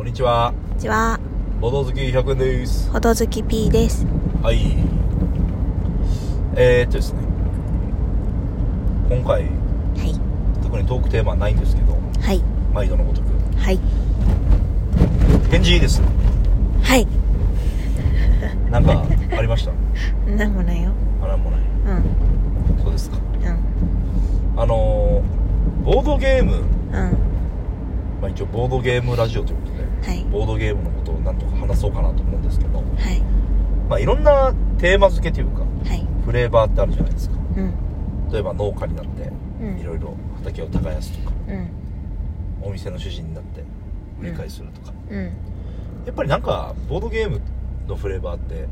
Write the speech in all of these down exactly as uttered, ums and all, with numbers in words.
こんにちは。 こんにちは。 ボド好きひゃくえんです。 ほど好き P です。 はい。えーっとですね、今回、 はい、 特にトークテーマはないんですけど、 はい、 毎度のごとく、 はい、 返事いいですね。 はい。 なんかありました？ なんもないよ。 あ、なんもない。 うん。 そうですか。 うん。 あのー、ボードゲーム、 うん。 まあ、一応ボードゲームラジオということで、 はい、 ボードゲームのことをなんとか話そうかなと思うんですけど、 はい、 まあ、いろんなテーマ付けというか、 はい、 フレーバーってあるじゃないですか。 うん、 例えば農家になってうん、 いろいろ畑を耕すとか、 うん、 お店の主人になって売り買いするとか、 うん、 やっぱりなんかボードゲームのフレーバーって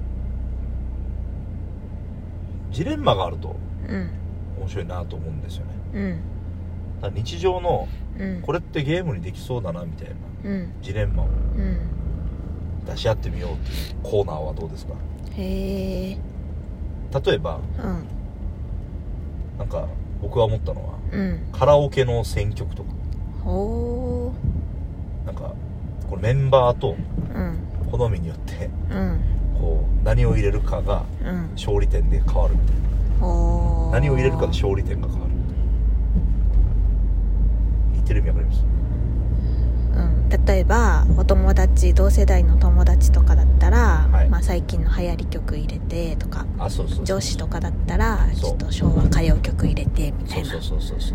ジレンマがあるとうん、 面白いなと思うんですよね。 うん、 だから日常のうん、 これってゲームにできそうだなみたいなうん、 ジレンマをうん。 出し合ってみようっていうコーナーはどうですか？ へえ。 例えばうん、 なんか僕が思ったのは、 うん。 カラオケの選曲とか、 ほー。 なんかこれメンバーとうん、 好みによってうん、 こう何を入れるかがうん。 勝利点で変わるみたいな。 ほー。 何を入れるかで勝利点が変わる。言ってる意味わかります？ うん、例えばお友達、同世代の友達とかだったら、 はい、 まあ、最近の流行り曲入れてとか、 あ、そうそうそう、 上司とかだったらちょっと昭和歌謡曲入れてみたいな。 そうそうそうそう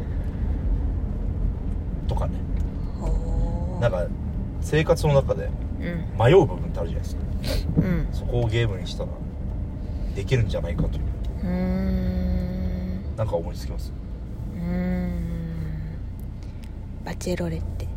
とかね。 ほー。 なんか生活の中でうん、 迷う部分ってあるじゃないですか、 うん、 そこをゲームにしたらできるんじゃないかという、 うーん、 なんか思いつきます？ うーん、バチェロレッテ。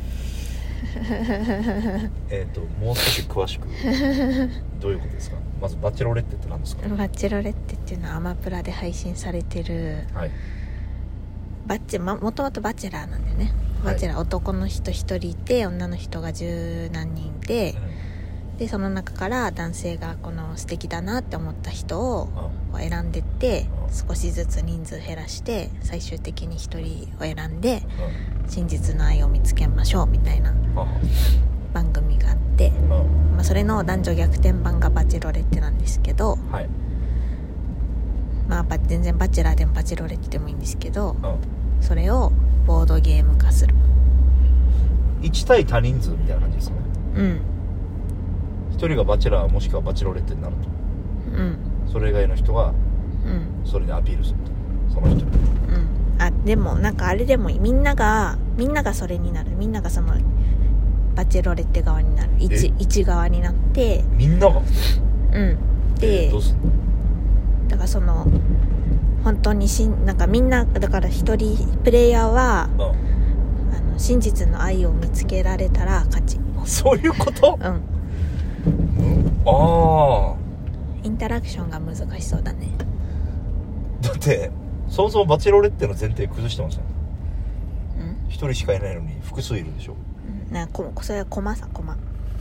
えっともう少し詳しくどういうことですか？まずバチェロレッテって何ですか？ バチェロレッテっていうのはアマプラで配信されてる、 はい、 バチェ、ま、もともとバチェラーなんだよね。バチェラー、はい、男の人一人いて女の人が十何人いて、うん、でその中から男性がこの素敵だなって思った人を選んでって、うん、少しずつ人数減らして最終的に一人を選んで、うん、真実の愛を見つけましょうみたいな番組があって、うん、まあ、それの男女逆転版がバチェロレッテなんですけど、はい、まあ、全然バチェラーでもバチェロレッテでもいいんですけど、うん、それをボードゲーム化する。 いち対多人数みたいな感じですかね。うん。ひとりがバチェラーもしくはバチェロレッテになると、うん、それ以外の人がそれでアピールすると、その人に、 うん、あ、でもなんかあれでもいい。みんながみんながそれになる。みんながそのバチェロレッテ側になる。一一側になってみんなが、 うんで、 えー、どうすんの？ だからその本当にしんなんかみんなだから一人プレイヤーは、うん、あの真実の愛を見つけられたら勝ち。 そういうこと？うん、うん、ああ、 インタラクションが難しそうだね。 だってそもそもバチェロレッテの前提崩してません？一人しかいないのに複数いるでしょ。 うん、なんかそれはコマさコマ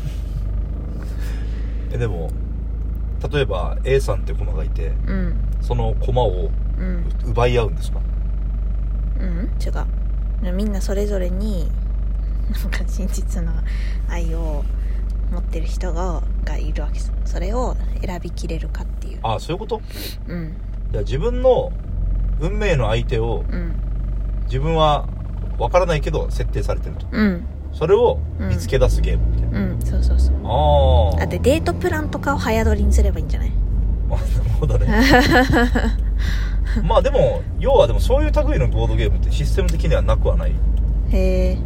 えでも例えば A さんってコマがいて、うん、そのコマを奪い合うんですか？ うん、うん、違う。みんなそれぞれになんか真実の愛を持ってる人ががいるわけです。それを選びきれるかっていう。 ああ、そういうこと？ うん。 じゃあ自分の運命の相手を、うん、自分は分からないけど設定されてると、うん、それを見つけ出すゲームみたいな、 うん、うん、そうそうそう。ああ。だってデートプランとかを早撮りにすればいいんじゃない？ あ、なるほどね。まあでも要はでもそういう類のボードゲームってシステム的にはなくはない。へえ。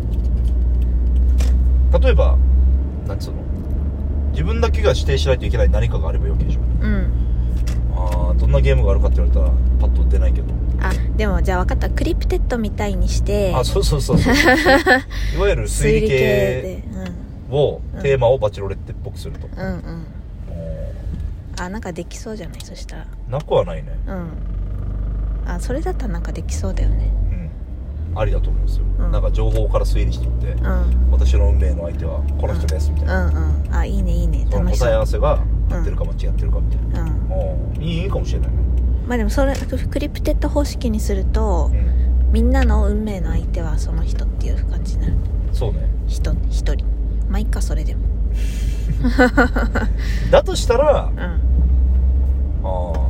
例えばなんつうの、自分だけが指定しないといけない何かがあればいいわけでしょ。うん。ああ、どんなゲームがあるかって言われたらパッと出ないけど。 あ、でもじゃあ分かった。クリプテッドみたいにして、 あ、そうそうそうそういわゆる推理系を、うん、テーマをバチェロレッテっぽくすると。うんうん。 あ、なんかできそうじゃない？そしたらなくはないね。うん。 あ、それだったらなんかできそうだよね。 うん、ありだと思いますよ、うん、なんか情報から推理していって、うん、私の運命の相手はこの人ですみたいな、うんうん、 あ、いいねいいね、 その答え合わせが合ってるか間違ってるかみたいな、うんうん、いいかもしれないね。 まあでもそれクリプテッド方式にすると、うん、みんなの運命の相手はその人っていう感じになる。 そうね、 人一人、まあいっか、 それでもだとしたら、 うん、 ああ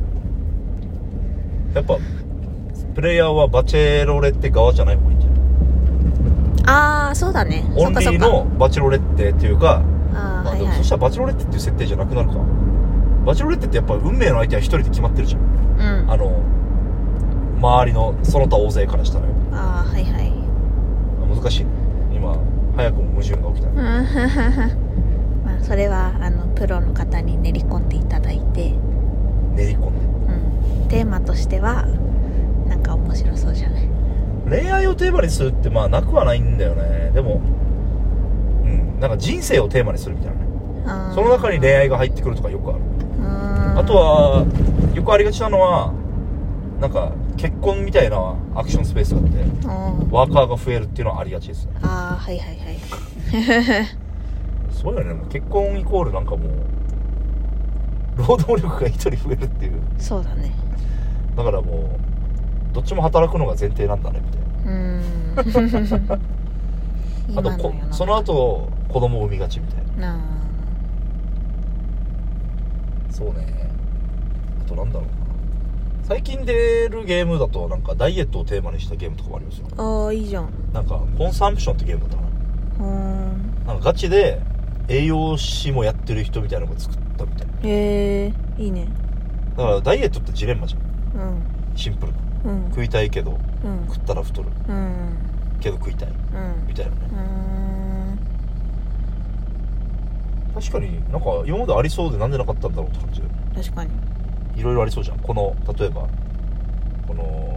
やっぱプレイヤーはバチェロレッテ側じゃない方がいいんじゃない？ ああそうだね。 オンリーのバチェロレッテっていうか、 あ、 まあ、 はいはい、 でもそしたらバチェロレッテっていう設定じゃなくなるか。バチェロレッテってやっぱ運命の相手は一人で決まってるじゃん、 うん、あの周りのその他大勢からしたら。 あはいはい難しい。今早くも矛盾が起きた、ね、 まあそれはあのプロの方に練り込んでいただいて、 練り込んで、 うん、テーマとしてはなんか面白そうじゃない？ 恋愛をテーマにするってまあなくはないんだよね。でもうんなんか人生をテーマにするみたいなね。その中に恋愛が入ってくるとかよくある。あとはよくありがちなのはなんか結婚みたいなアクションスペースがあってワーカーが増えるっていうのはありがちです。 ああはいはいはいそういうのね。もう結婚イコールなんかもう労働力が一人増えるっていう。 そうだね。 だからもうどっちも働くのが前提なんだねみたいな。うーんあとこその後子供を産みがちみたいな。そうね。あとなんだろうな、最近出るゲームだとなんかダイエットをテーマにしたゲームとかもありますよ。 ああいいじゃん。 なんかコンサンプションってゲームだったかな。うんなんかガチで栄養士もやってる人みたいなのが作ったみたいな。 へえいいね。 だからダイエットってジレンマじゃん、うん、シンプルな、うん、食いたいけど、うん、食ったら太る、うん、けど食いたい、うん、みたいなね。うん確かになんか今までありそうでなんでなかったんだろうって感じで。 確かにいろいろありそうじゃん。この例えばこの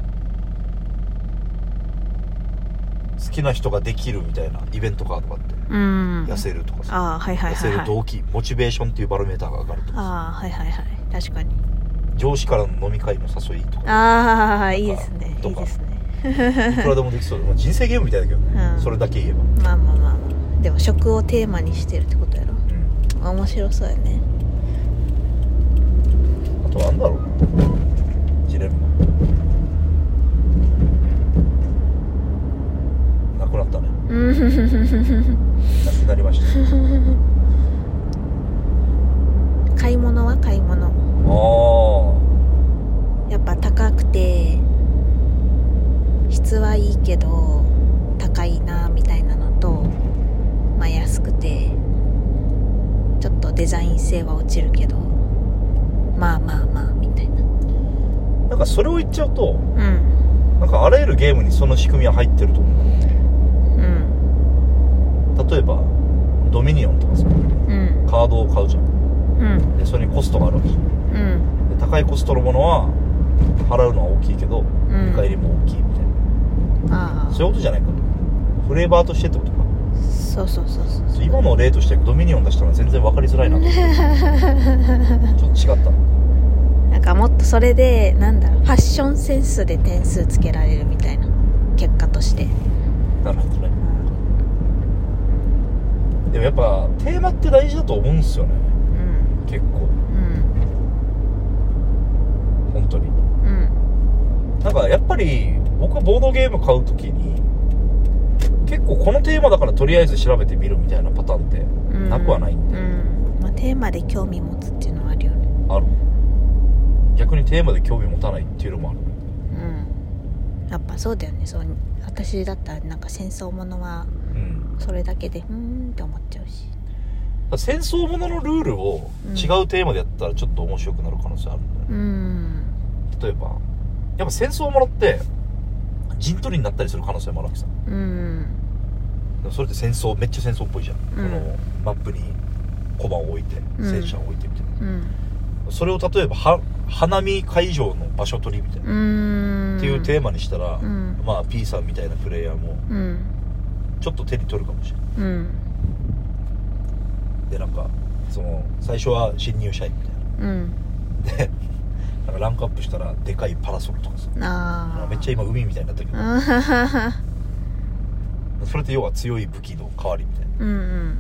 好きな人ができるみたいなイベントカードがあって、うん、痩せるとかさ、あ、はいはいはいはい、痩せる動機モチベーションっていうバロメーターが上がるとかさ、あ、はいはいはい確かに上司からの飲み会の誘いとか、ああいいですねいいですねいくらでもできそうで、まあ、人生ゲームみたいだけどね、うん、それだけ言えばまあまあまあ、まあ、でも食をテーマにしてるってことやろ、うん、面白そうやね。あとなんだろうなジレンマなくなったねなくなりました買い物は買い物あやっぱ高くて質はいいけど高いなみたいなのと、まあ、安くてちょっとデザイン性は落ちるけどまあまあまあみたいな。なんかそれを言っちゃうと、うん、なんかあらゆるゲームにその仕組みは入ってると思う。うん。例えばドミニオンとかさ、うん、カードを買うじゃん。うん。でそれにコストがあるわけじゃん。うん。で高いコストのものは払うのは大きいけど、うん、見返りも大きいみたいな。ああ。そういうことじゃないか。フレーバーとしてってことか。そうそうそうそう。今の例としてドミニオン出したら全然分かりづらいなと思ってちょっと違った。なんかもっとそれでなんだろうファッションセンスで点数つけられるみたいな結果として。なるほどね、うん、でもやっぱテーマって大事だと思うんですよね、うん、結構、うん、本当に、うん、なんかやっぱり僕はボードゲーム買うときに結構このテーマだからとりあえず調べてみるみたいなパターンってなくはないんで、うんうんまあ、テーマで興味持つっていうのはあるよね。ある。逆にテーマで興味持たないっていうのもある。うんやっぱそうだよね。そう私だったらなんか戦争ものはそれだけでうーんって思っちゃうし、戦争もののルールを違うテーマでやったらちょっと面白くなる可能性あるんだよね、うん、例えばやっぱ戦争ものって陣取りになったりする可能性もあるわけさ、うん、でもそれって戦争めっちゃ戦争っぽいじゃん、うん、このマップにコマを置いて戦車を置いてみたいな、うんうん、それを例えばは花見会場の場所取りみたいなっていうテーマにしたら、うん、まあ P さんみたいなプレイヤーもちょっと手に取るかもしれない、うん、でなんかその最初は新入社員みたいな、うん、でなんかランクアップしたらでかいパラソルとかさあめっちゃ今海みたいになったけどそれって要は強い武器の代わりみたいな、うん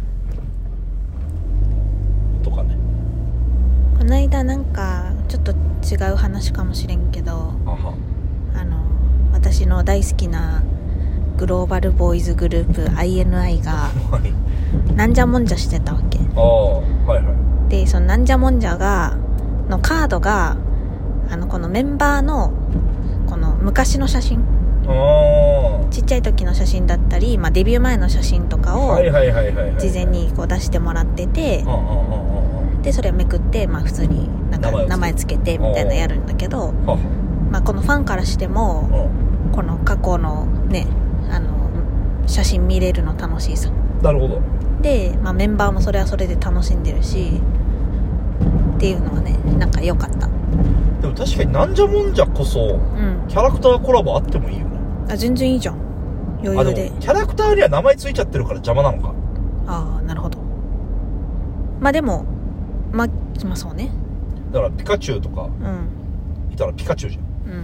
うん、とかね。この間なんかちょっと違う話かもしれんけど、あの私の大好きなグローバルボーイズグループ アイエヌアイ がなんじゃもんじゃしてたわけ。 ああ、はいはい。 でそのなんじゃもんじゃがのカードがあのこのメンバーのこの昔の写真、 あちっちゃい時の写真だったり、まあ、デビュー前の写真とかを事前にこう出してもらってて、でそれをめくって、まあ、普通になんか名前つけてみたいなやるんだけど、まあ、このファンからしてもこの過去のねあの写真見れるの楽しいさ。 なるほど。 で、まあ、メンバーもそれはそれで楽しんでるしっていうのはねなんか良かった。 でも確かになんじゃもんじゃこそ、うん、キャラクターコラボあってもいいよね。あ、 全然いいじゃん、余裕で。 キャラクターには名前ついちゃってるから邪魔なのか。 ああ、なるほど。まあでもまあ、まあそうね。 だからピカチュウとか、うん、いたらピカチュウじゃん、うん、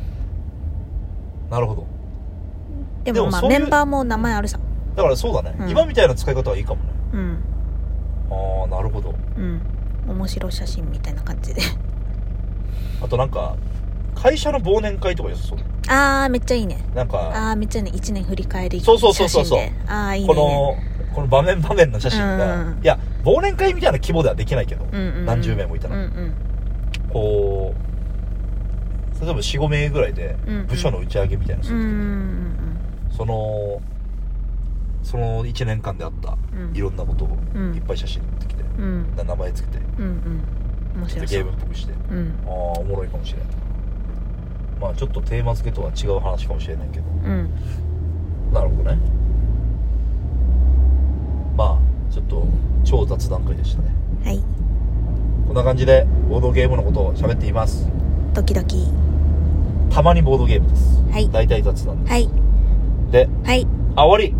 なるほど。 でもまあメンバーも名前あるさ。 だからそうだね、うん、今みたいな使い方はいいかもね。うん。ああ、なるほど。 うん。面白写真みたいな感じであとなんか会社の忘年会とか良さそう。 あーめっちゃいいね。 なんかあーめっちゃいいね。いちねん振り返り写真で。そうそうそうそう。あーいいね。 このこの場面場面の写真が、うん、いや忘年会みたいな規模ではできないけど、うんうんうん、何十名もいたら、うんうん、こう例えば よん,ご 名ぐらいで部署の打ち上げみたいなのするんですけど、うんうん、そのそのいちねんかんであったいろんなことをいっぱい写真撮ってきて、うん、名前つけて、うんうん、面白そう。ゲームっぽくして、うん、ああおもろいかもしれない。まあちょっとテーマ付けとは違う話かもしれないけど、うん、なるほどね。まあちょっと超雑談会でしたね。はい。こんな感じでボードゲームのことを喋っています。 時々 たまにボードゲームです。はい。大体雑談です。はい。で、はい。あ、終わり。